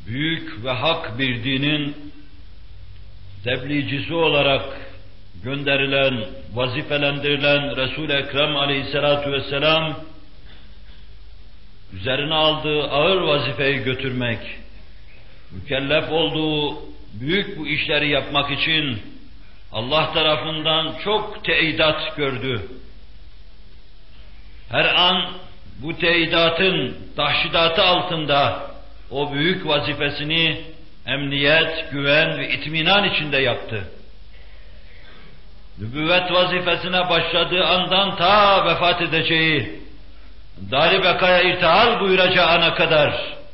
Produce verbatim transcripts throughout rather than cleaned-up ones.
büyük ve hak bir dinin tebliğcisi olarak gönderilen, vazifelendirilen Resul-i Ekrem aleyhissalatu vesselam, üzerine aldığı ağır vazifeyi götürmek, mükellef olduğu büyük bu işleri yapmak için Allah tarafından çok teyidat gördü. Her an bu teyidatın tahşidatı altında o büyük vazifesini emniyet, güven ve itminan içinde yaptı. Nübüvvet vazifesine başladığı andan ta vefat edeceği, Dar-ı Beka'ya irtihal buyuracağı ana kadar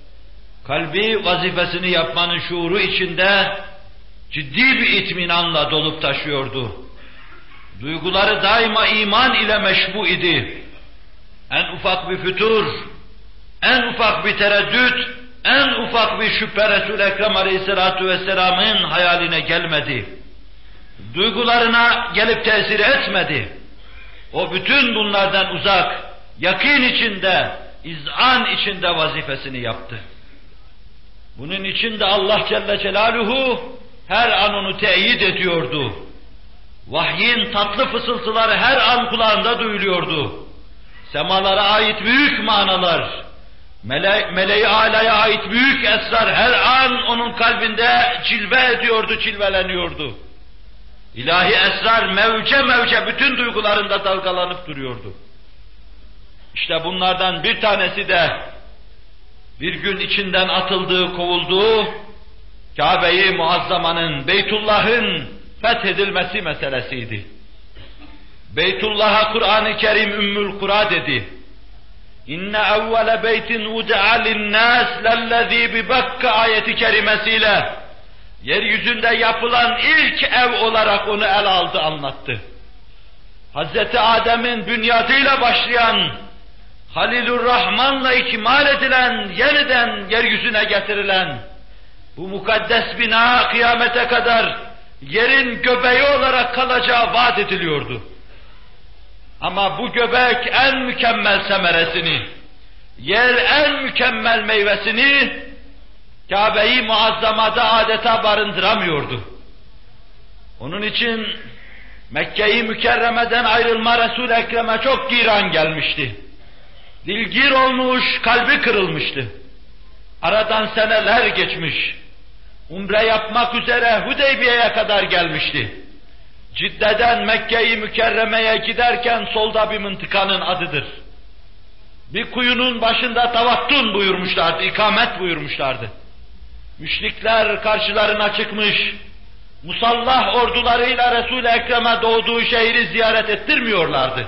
kalbi vazifesini yapmanın şuuru içinde ciddi bir itminanla dolup taşıyordu. Duyguları daima iman ile meşbu idi. En ufak bir fütur, en ufak bir tereddüt, en ufak bir şüphe Resul-i Ekrem Aleyhisselatü Vesselam'ın hayaline gelmedi. Duygularına gelip tesir etmedi. O bütün bunlardan uzak, yakîn içinde, izan içinde vazifesini yaptı. Bunun için de Allah Celle Celaluhu her an onu teyit ediyordu. Vahyin tatlı fısıltıları her an kulağında duyuluyordu. Semalara ait büyük manalar, mele meleği alaya ait büyük esrar her an onun kalbinde cilve ediyordu, cilveleniyordu. İlahi esrar mevce mevce bütün duygularında dalgalanıp duruyordu. İşte bunlardan bir tanesi de bir gün içinden atıldığı, kovulduğu Kabe-i Muazzama'nın, Beytullah'ın fethedilmesi meselesiydi. Beytullah'a Kur'an-ı Kerim Ümmül Kura dedi. İnne evvele beytin udi'a linnâs lellezî bi Bekka ayeti kerimesiyle yeryüzünde yapılan ilk ev olarak onu ele aldı, anlattı. Hazreti Adem'in bünyadıyla başlayan, Halilur Rahman'la ikmal edilen, yeniden yeryüzüne getirilen bu mukaddes bina kıyamete kadar yerin göbeği olarak kalacağı vaat ediliyordu. Ama bu göbek en mükemmel semeresini, yer en mükemmel meyvesini Kabe-i Muazzama'da adeta barındıramıyordu. Onun için Mekke-i Mükerreme'den ayrılma Resul-i Ekrem'e çok giran gelmişti. Dilgir olmuş, kalbi kırılmıştı. Aradan seneler geçmiş. Umre yapmak üzere Hudeybiye'ye kadar gelmişti. Cidde'den Mekke-i Mükerreme'ye giderken solda bir mıntıkanın adıdır. Bir kuyunun başında tavattun buyurmuşlardı, ikamet buyurmuşlardı. Müşrikler karşılarına çıkmış, musallah ordularıyla Resul-i Ekrem'e doğduğu şehri ziyaret ettirmiyorlardı.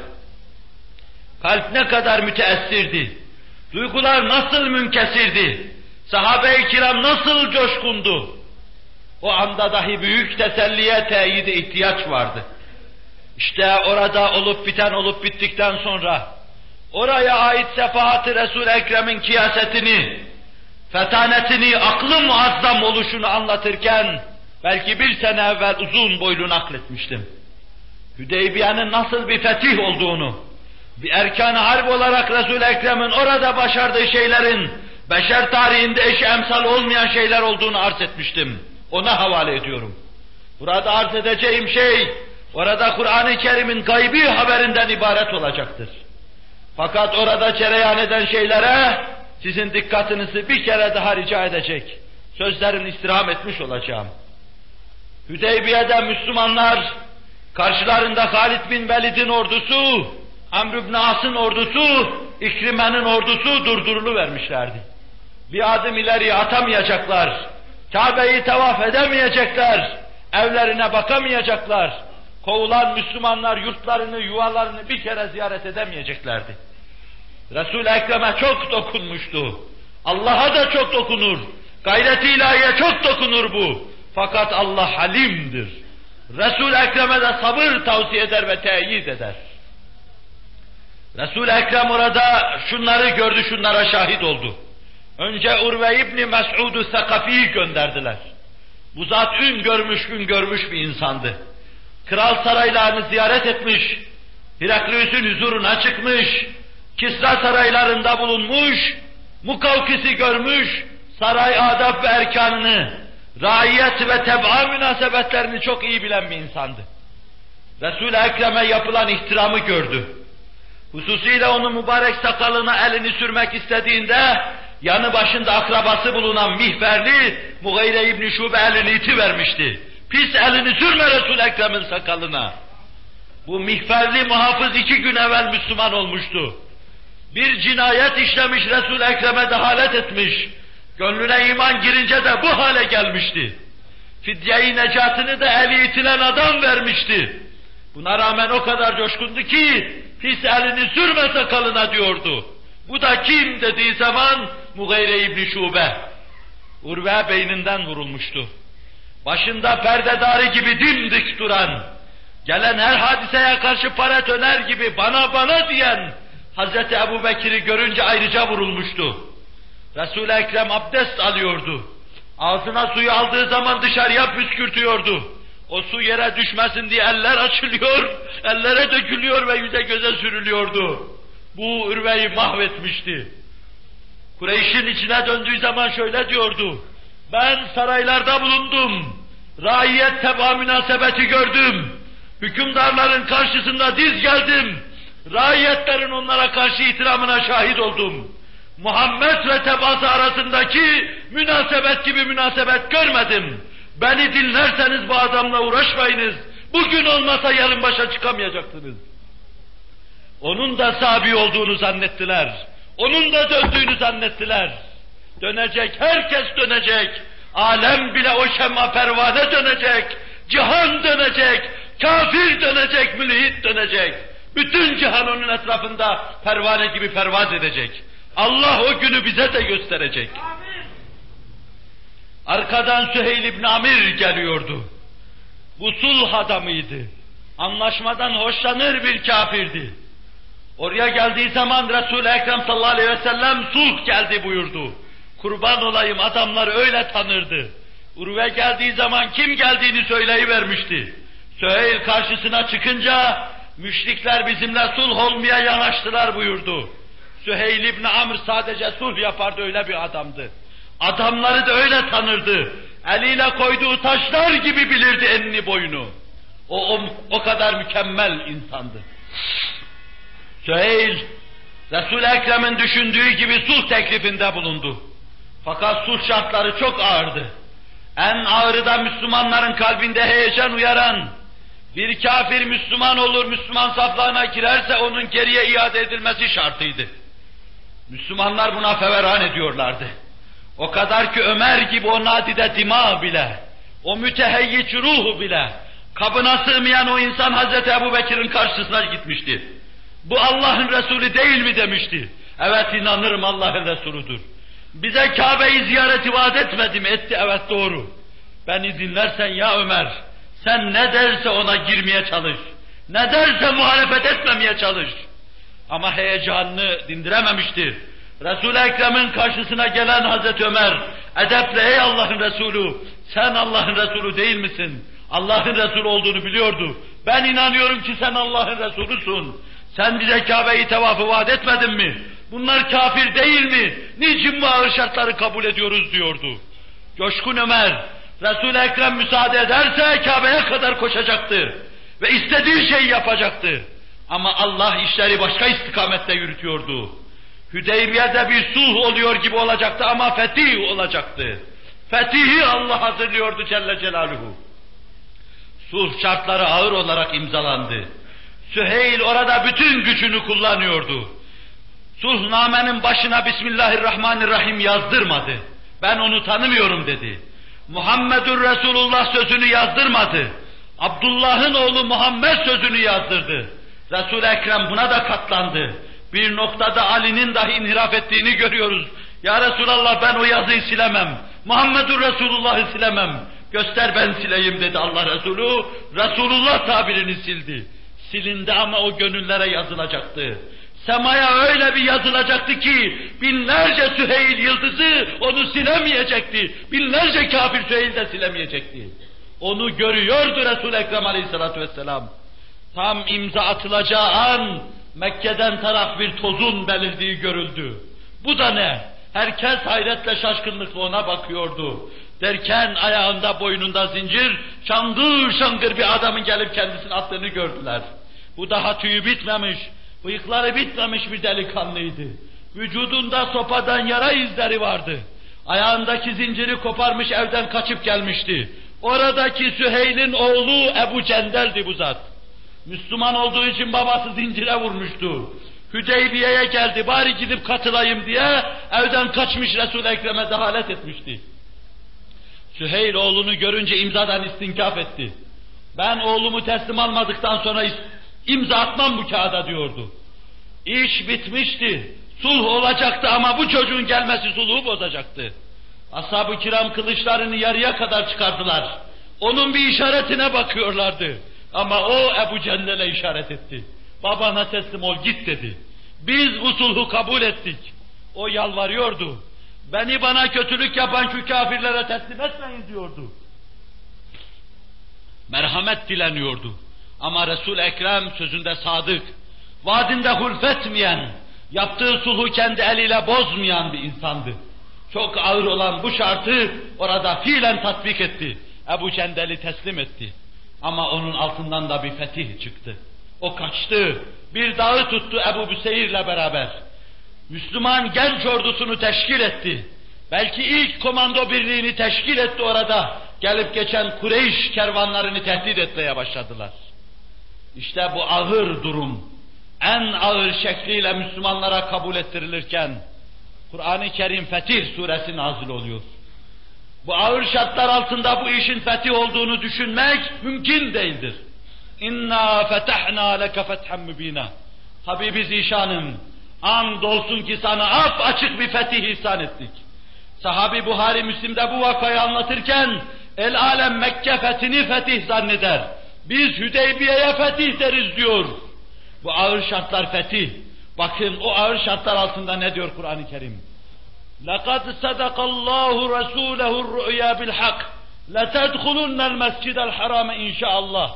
Kalp ne kadar müteessirdi, duygular nasıl münkesirdi, sahabe-i kiram nasıl coşkundu. O anda dahi büyük teselliye, teyide ihtiyaç vardı. İşte orada olup biten olup bittikten sonra, oraya ait sefahat-ı Resul-i Ekrem'in kiyasetini, fetanetini, aklı muazzam oluşunu anlatırken, belki bir sene evvel uzun boylu nakletmiştim. Hüdeybiye'nin nasıl bir fetih olduğunu, bir erkan-ı harp olarak Resul-i Ekrem'in orada başardığı şeylerin, beşer tarihinde eşi emsal olmayan şeyler olduğunu arz etmiştim. Ona havale ediyorum. Burada arz edeceğim şey, orada Kur'an-ı Kerim'in gaybi haberinden ibaret olacaktır. Fakat orada cereyan eden şeylere, sizin dikkatinizi bir kere daha rica edecek, sözlerin istirham etmiş olacağım. Hüdeybiye'de Müslümanlar, karşılarında Halid bin Velid'in ordusu, Amr ibn As'ın ordusu, İkrime'nin ordusu durduruluvermişlerdi. Bir adım ileri atamayacaklar, Kabe'yi tavaf edemeyecekler, evlerine bakamayacaklar, kovulan Müslümanlar yurtlarını, yuvalarını bir kere ziyaret edemeyeceklerdi. Resul-i Ekrem'e çok dokunmuştu. Allah'a da çok dokunur. Gayret-i ilahiye çok dokunur bu. Fakat Allah halimdir. Resul-i Ekrem'e de sabır tavsiye eder ve teyit eder. Resul-i Ekrem orada şunları gördü, şunlara şahit oldu. Önce Urve İbni Mes'ud-u Sekafi'yi gönderdiler. Bu zat ün görmüş, gün görmüş bir insandı. Kral saraylarını ziyaret etmiş, Heraklius'un huzuruna çıkmış, Kisra saraylarında bulunmuş, Mukavkis'i görmüş, saray adab ve erkanını, raiyet ve tebaa münasebetlerini çok iyi bilen bir insandı. Resul-i Ekrem'e yapılan ihtiramı gördü. Hususiyle onun mübarek sakalına elini sürmek istediğinde, yanı başında akrabası bulunan Mihverli, Mughire İbn-i Şube elini itivermişti. Pis elini sürme Resul-i Ekrem'in sakalına. Bu Mihverli muhafız iki gün evvel Müslüman olmuştu. Bir cinayet işlemiş, Resul-i Ekrem'e dehalet etmiş. Gönlüne iman girince de bu hale gelmişti. Fidye-i necatını da eli itilen adam vermişti. Buna rağmen o kadar coşkundu ki, pis elini sürme sakalına diyordu. Bu da kim dediği zaman, Mughire İbn-i Şube. Urve beyninden vurulmuştu. Başında perdedarı gibi dimdik duran, gelen her hadiseye karşı para döner gibi bana bana diyen Hazreti Ebu Bekir'i görünce ayrıca vurulmuştu. Resul-i Ekrem abdest alıyordu. Ağzına suyu aldığı zaman dışarıya püskürtüyordu. O su yere düşmesin diye eller açılıyor, ellere dökülüyor ve yüze göze sürülüyordu. Bu Urve'yi mahvetmişti. Kureyş'in içine döndüğü zaman şöyle diyordu: ben saraylarda bulundum, raiyet tebaa münasebeti gördüm, hükümdarların karşısında diz geldim, raiyetlerin onlara karşı itiramına şahit oldum. Muhammed ve tebaası arasındaki münasebet gibi münasebet görmedim. Beni dinlerseniz bu adamla uğraşmayınız. Bugün olmasa yarın başa çıkamayacaksınız. Onun da sahabi olduğunu zannettiler. Onun da döndüğünü zannettiler. Dönecek, herkes dönecek. Alem bile o şemma pervane dönecek. Cihan dönecek. Kafir dönecek, mülhit dönecek. Bütün cihan onun etrafında pervane gibi pervaz edecek. Allah o günü bize de gösterecek. Amin. Arkadan Süheyl İbn Amir geliyordu. Bu sulh adamıydı. Anlaşmadan hoşlanır bir kafirdi. Oraya geldiği zaman Resul-i Ekrem sallallahu aleyhi ve sellem sulh geldi buyurdu. Kurban olayım, adamlar öyle tanırdı. Urve geldiği zaman kim geldiğini söyleyivermişti. Süheyl karşısına çıkınca müşrikler bizimle sulh olmaya yanaştılar buyurdu. Süheyl İbn Amr sadece sulh yapardı, öyle bir adamdı. Adamları da öyle tanırdı. Eliyle koyduğu taşlar gibi bilirdi enini boyunu. O, o, o kadar mükemmel insandı. Süheyl, Resul-i Ekrem'in düşündüğü gibi sulh teklifinde bulundu. Fakat sulh şartları çok ağırdı. En ağırı da Müslümanların kalbinde heyecan uyaran, bir kafir Müslüman olur, Müslüman saflarına girerse onun geriye iade edilmesi şartıydı. Müslümanlar buna feveran ediyorlardı. O kadar ki Ömer gibi o nadide dima bile, o müteheyyiç ruhu bile, kabına sığmayan o insan Hazreti Ebu Bekir'in karşısına gitmişti. Bu Allah'ın Resulü değil mi demişti. Evet, inanırım Allah'ın Resulüdür. Bize Kabe'yi ziyareti vaat etmedi mi? Etti, evet doğru. Beni dinlersen ya Ömer, sen ne derse ona girmeye çalış. Ne derse muhalefet etmemeye çalış. Ama heyecanını dindirememişti. Resul-i Ekrem'in karşısına gelen Hazreti Ömer, edeple ey Allah'ın Resulü, sen Allah'ın Resulü değil misin? Allah'ın Resulü olduğunu biliyordu. Ben inanıyorum ki sen Allah'ın Resulüsün. Sen bize Kabe'yi tevafı vaat etmedin mi? Bunlar kafir değil mi? Niçin bu ağır şartları kabul ediyoruz diyordu. Coşkun Ömer, Resul-i Ekrem müsaade ederse Kabe'ye kadar koşacaktı. Ve istediği şeyi yapacaktı. Ama Allah işleri başka istikamette yürütüyordu. Hüdeybiye'de bir sulh oluyor gibi olacaktı ama fetih olacaktı. Fetihi Allah hazırlıyordu Celle Celaluhu. Sulh şartları ağır olarak imzalandı. Süheyl orada bütün gücünü kullanıyordu. Sulhnamenin başına Bismillahirrahmanirrahim yazdırmadı. Ben onu tanımıyorum dedi. Muhammedur Resulullah sözünü yazdırmadı. Abdullah'ın oğlu Muhammed sözünü yazdırdı. Resul-i Ekrem buna da katlandı. Bir noktada Ali'nin dahi inhiraf ettiğini görüyoruz. Ya Resulallah, ben o yazıyı silemem. Muhammedur Resulullah'ı silemem. Göster ben sileyim dedi Allah Resulü. Resulullah tabirini sildi. Silindi ama o gönüllere yazılacaktı. Semaya öyle bir yazılacaktı ki binlerce Süheyl yıldızı onu silemeyecekti. Binlerce kafir Süheyl de silemeyecekti. Onu görüyordu Resul-i Ekrem Aleyhisselatü Vesselam. Tam imza atılacağı an Mekke'den taraf bir tozun belirdiği görüldü. Bu da ne? Herkes hayretle şaşkınlıkla ona bakıyordu. Derken ayağında boynunda zincir, şangır şangır bir adamın gelip kendisini attığını gördüler. Bu daha tüyü bitmemiş, bıyıkları bitmemiş bir delikanlıydı. Vücudunda sopadan yara izleri vardı. Ayağındaki zinciri koparmış evden kaçıp gelmişti. Oradaki Süheyl'in oğlu Ebu Cendel'di bu zat. Müslüman olduğu için babası zincire vurmuştu. Hüdeybiye'ye geldi, bari gidip katılayım diye evden kaçmış Resul-i Ekrem'e dehalet etmişti. Süheyl oğlunu görünce imzadan istinkaf etti. Ben oğlumu teslim almadıktan sonra imza atmam bu kağıda diyordu. İş bitmişti, sulh olacaktı ama bu çocuğun gelmesi sulhu bozacaktı. Ashab-ı kiram kılıçlarını yarıya kadar çıkardılar. Onun bir işaretine bakıyorlardı. Ama o Ebu Cendel'e işaret etti. Babana teslim ol git dedi. Biz bu sulhu kabul ettik. O yalvarıyordu. Beni bana kötülük yapan şu kafirlere teslim etmeyin diyordu. Merhamet dileniyordu. Ama Resul-i Ekrem sözünde sadık, vaadinde hulfetmeyen, yaptığı sulhu kendi eliyle bozmayan bir insandı. Çok ağır olan bu şartı orada fiilen tatbik etti. Ebu Cendel'i teslim etti. Ama onun altından da bir fetih çıktı. O kaçtı, bir dağı tuttu Ebu Büseyr'le beraber. Müslüman genç ordusunu teşkil etti. Belki ilk komando birliğini teşkil etti orada. Gelip geçen Kureyş kervanlarını tehdit etmeye başladılar. İşte bu ağır durum, en ağır şekliyle Müslümanlara kabul ettirilirken, Kur'an-ı Kerim Fetih suresi nazil oluyor. Bu ağır şartlar altında bu işin fetih olduğunu düşünmek mümkün değildir. İnna fetahna leke fethen mübina. Habibi Zişanım, andolsun ki sana ap açık bir fetih ihsan ettik. Sahabi Buhari Müslim'de bu vakayı anlatırken, el alem Mekke fethini fetih zanneder. Biz Hüdeybiye'ye fetih deriz diyor. Bu ağır şartlar fetih. Bakın o ağır şartlar altında ne diyor Kur'an-ı Kerim? لَقَدْ صَدَقَ اللّٰهُ رَسُولَهُ الرُّؤْيَا بِالْحَقِّ لَتَدْخُلُنَّ الْمَسْجِدَ الْحَرَامَ inşaallah.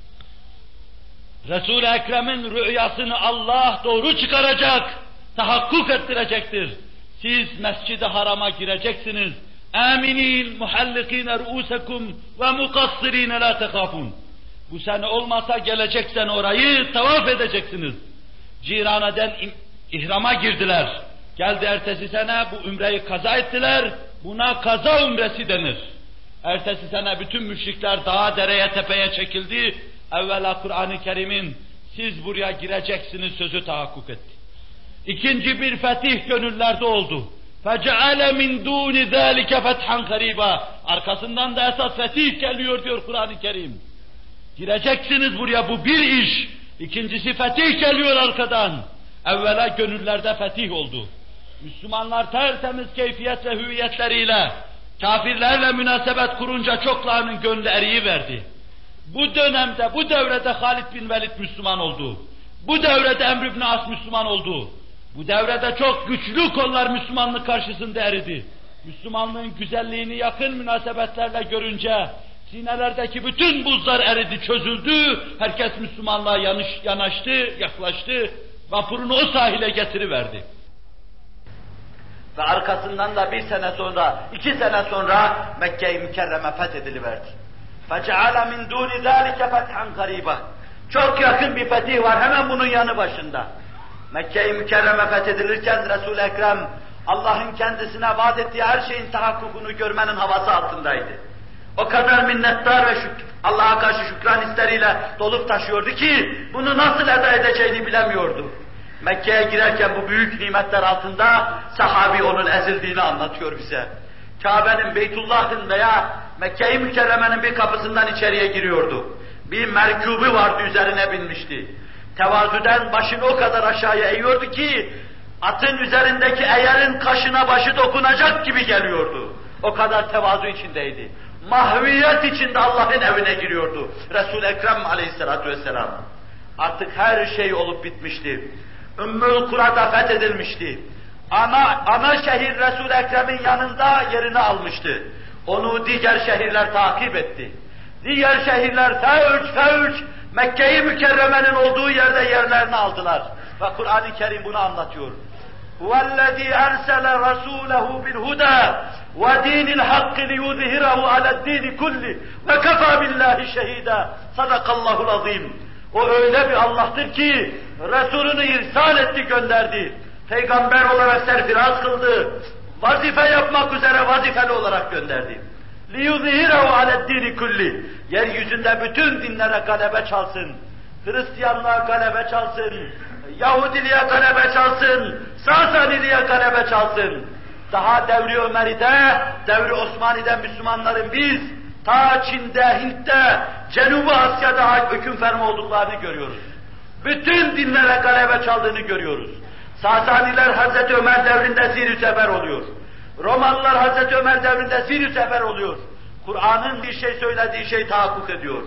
Resul-i Ekrem'in rüyasını Allah doğru çıkaracak, tahakkuk ettirecektir. Siz Mescid-i Haram'a gireceksiniz. Aminin muhallikine ruusekum ve mukassirine la tehafun. Bu sene olmasa gelecek sene orayı tavaf edeceksiniz. Cirane'den ihrama girdiler. Geldi ertesi sene bu ümreyi kaza ettiler. Buna kaza umresi denir. Ertesi sene bütün müşrikler dağa, dereye, tepeye çekildi. Evvela Kur'an-ı Kerim'in siz buraya gireceksiniz sözü tahakkuk etti. İkinci bir fetih gönüllerde oldu. فَجَعَلَ مِنْ دُونِ ذَٰلِكَ فَتْحًا قَرِيبًا. Arkasından da esas fetih geliyor diyor Kur'an-ı Kerim. Gireceksiniz buraya, bu bir iş. İkincisi fetih geliyor arkadan. Evvela gönüllerde fetih oldu. Müslümanlar tertemiz keyfiyet ve hüviyetleriyle kafirlerle münasebet kurunca çoklarının gönlü eriyiverdi. Bu dönemde, bu devrede Halid bin Velid Müslüman oldu. Bu devrede Emr ibn As Müslüman oldu. Bu devrede çok güçlü kollar Müslümanlık karşısında eridi. Müslümanlığın güzelliğini yakın münasebetlerle görünce sinelerdeki bütün buzlar eridi, çözüldü. Herkes Müslümanlığa yanış, yanaştı, yaklaştı. Vapurunu o sahile getiriverdi. Ve arkasından da bir sene sonra, iki sene sonra Mekke-i Mükerreme fethediliverdi. فَجَعَلَ مِنْ دُونِ ذَٰلِكَ فَتْحًا قَرِيبًا. Çok yakın bir fetih var hemen bunun yanı başında. Mekke-i Mükerreme fethedilirken Resul-i Ekrem Allah'ın kendisine vaat ettiği her şeyin tahakkukunu görmenin havası altındaydı. O kadar minnettar ve şükür, Allah'a karşı şükran hisleriyle dolup taşıyordu ki bunu nasıl eda edeceğini bilemiyordu. Mekke'ye girerken bu büyük nimetler altında sahabi onun ezildiğini anlatıyor bize. Kabe'nin, Beytullah'ın veya Mekke-i Mükerreme'nin bir kapısından içeriye giriyordu. Bir merkubu vardı, üzerine binmişti. Tevazüden başını o kadar aşağıya eğiyordu ki atın üzerindeki eğerin kaşına başı dokunacak gibi geliyordu. O kadar tevazu içindeydi. Mahviyet içinde Allah'ın evine giriyordu Resul-i Ekrem aleyhissalatu vesselam. Artık her şey olup bitmişti. Ümmül Kura'da fethedilmişti. Ana, ana şehir Resul-i Ekrem'in yanında yerini almıştı. Onu diğer şehirler takip etti. Diğer şehirler fevç fevç Mekke-i Mükerreme'nin olduğu yerde yerlerini aldılar. Ve Kur'an-ı Kerim bunu anlatıyor. Huvellezî ersele rasûlehu bil hudâ ve dînil hakkı liyuzhirahu ale'd-dîni kulli ve kefâ billâhi şehîdâ. Sadakallahul azîm. O öyle bir Allah'tır ki Resulünü irsal etti, gönderdi. Peygamber olarak serfiraz kıldı. Vazife yapmak üzere vazifeli olarak gönderdi. لِيُظْهِرَهُ عَلَى الدِّينِ kulli. Yeryüzünde bütün dinlere galebe çalsın. Hristiyanlığa galebe çalsın. Yahudiliğe galebe çalsın. Sasaniliğe galebe çalsın. Daha devri Ömer'de, devri Osmani'de Müslümanların biz ta Çin'de, Hint'te, Cenubi Asya'da hüküm ferma olduklarını görüyoruz. Bütün dinlere galebe çaldığını görüyoruz. Sasaniler Hazreti Ömer devrinde zir-i sefer oluyor. Romalılar Hazreti Ömer devrinde zir-i sefer oluyor. Kur'an'ın bir şey söylediği şey tahakkuk ediyor.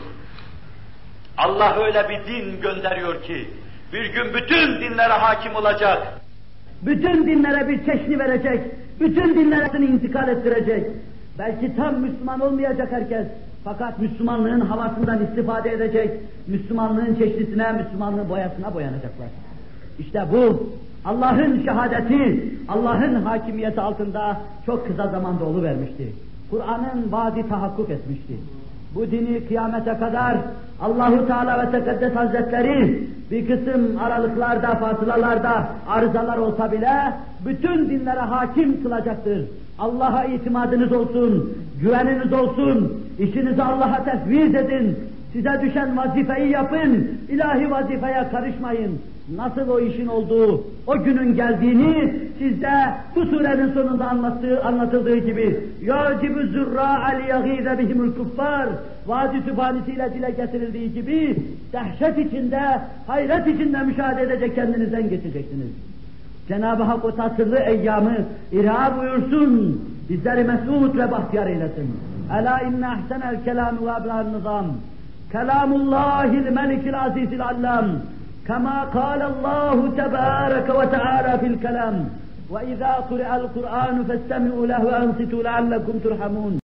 Allah öyle bir din gönderiyor ki bir gün bütün dinlere hakim olacak. Bütün dinlere bir çeşni verecek. Bütün dinlere intikal ettirecek. Belki tam Müslüman olmayacak herkes. Fakat Müslümanlığın havasından istifade edecek. Müslümanlığın çeşnisine, Müslümanlığın boyasına boyanacaklar. İşte bu Allah'ın şehadeti, Allah'ın hakimiyeti altında çok kısa zamanda oluvermişti. Kur'an'ın vaadi tahakkuk etmişti. Bu dini kıyamete kadar Allahu Teala ve Tekaddes Hazretleri bir kısım aralıklarda, fasılalarda arızalar olsa bile bütün dinlere hakim kılacaktır. Allah'a itimadınız olsun, güveniniz olsun, işinizi Allah'a tefviz edin, size düşen vazifeyi yapın, ilahi vazifeye karışmayın. Nasıl o işin olduğu, o günün geldiğini sizde bu surenin sonunda anlattığı, anlatıldığı gibi يَعْجِبُ الزُّرَّاءَ لِيَغِيذَ بِهِمُ الْكُفَّارِ Vadi Sübhanesiyle dile getirildiği gibi dehşet içinde, hayret içinde müşahede edecek, kendinizden geçeceksiniz. Cenab-ı Hak o tatırlı eyyamı irha buyursun, bizleri mesut ve bahtiyar eylesin. Ela inne ahsenel kelâmu ve eblâ'n nizam. Kelamullahil melikil azizil allam. كما قال الله تبارك وتعالى في الكلام وإذا قرئ القرآن فاستمعوا له وأنصتوا لعلكم ترحمون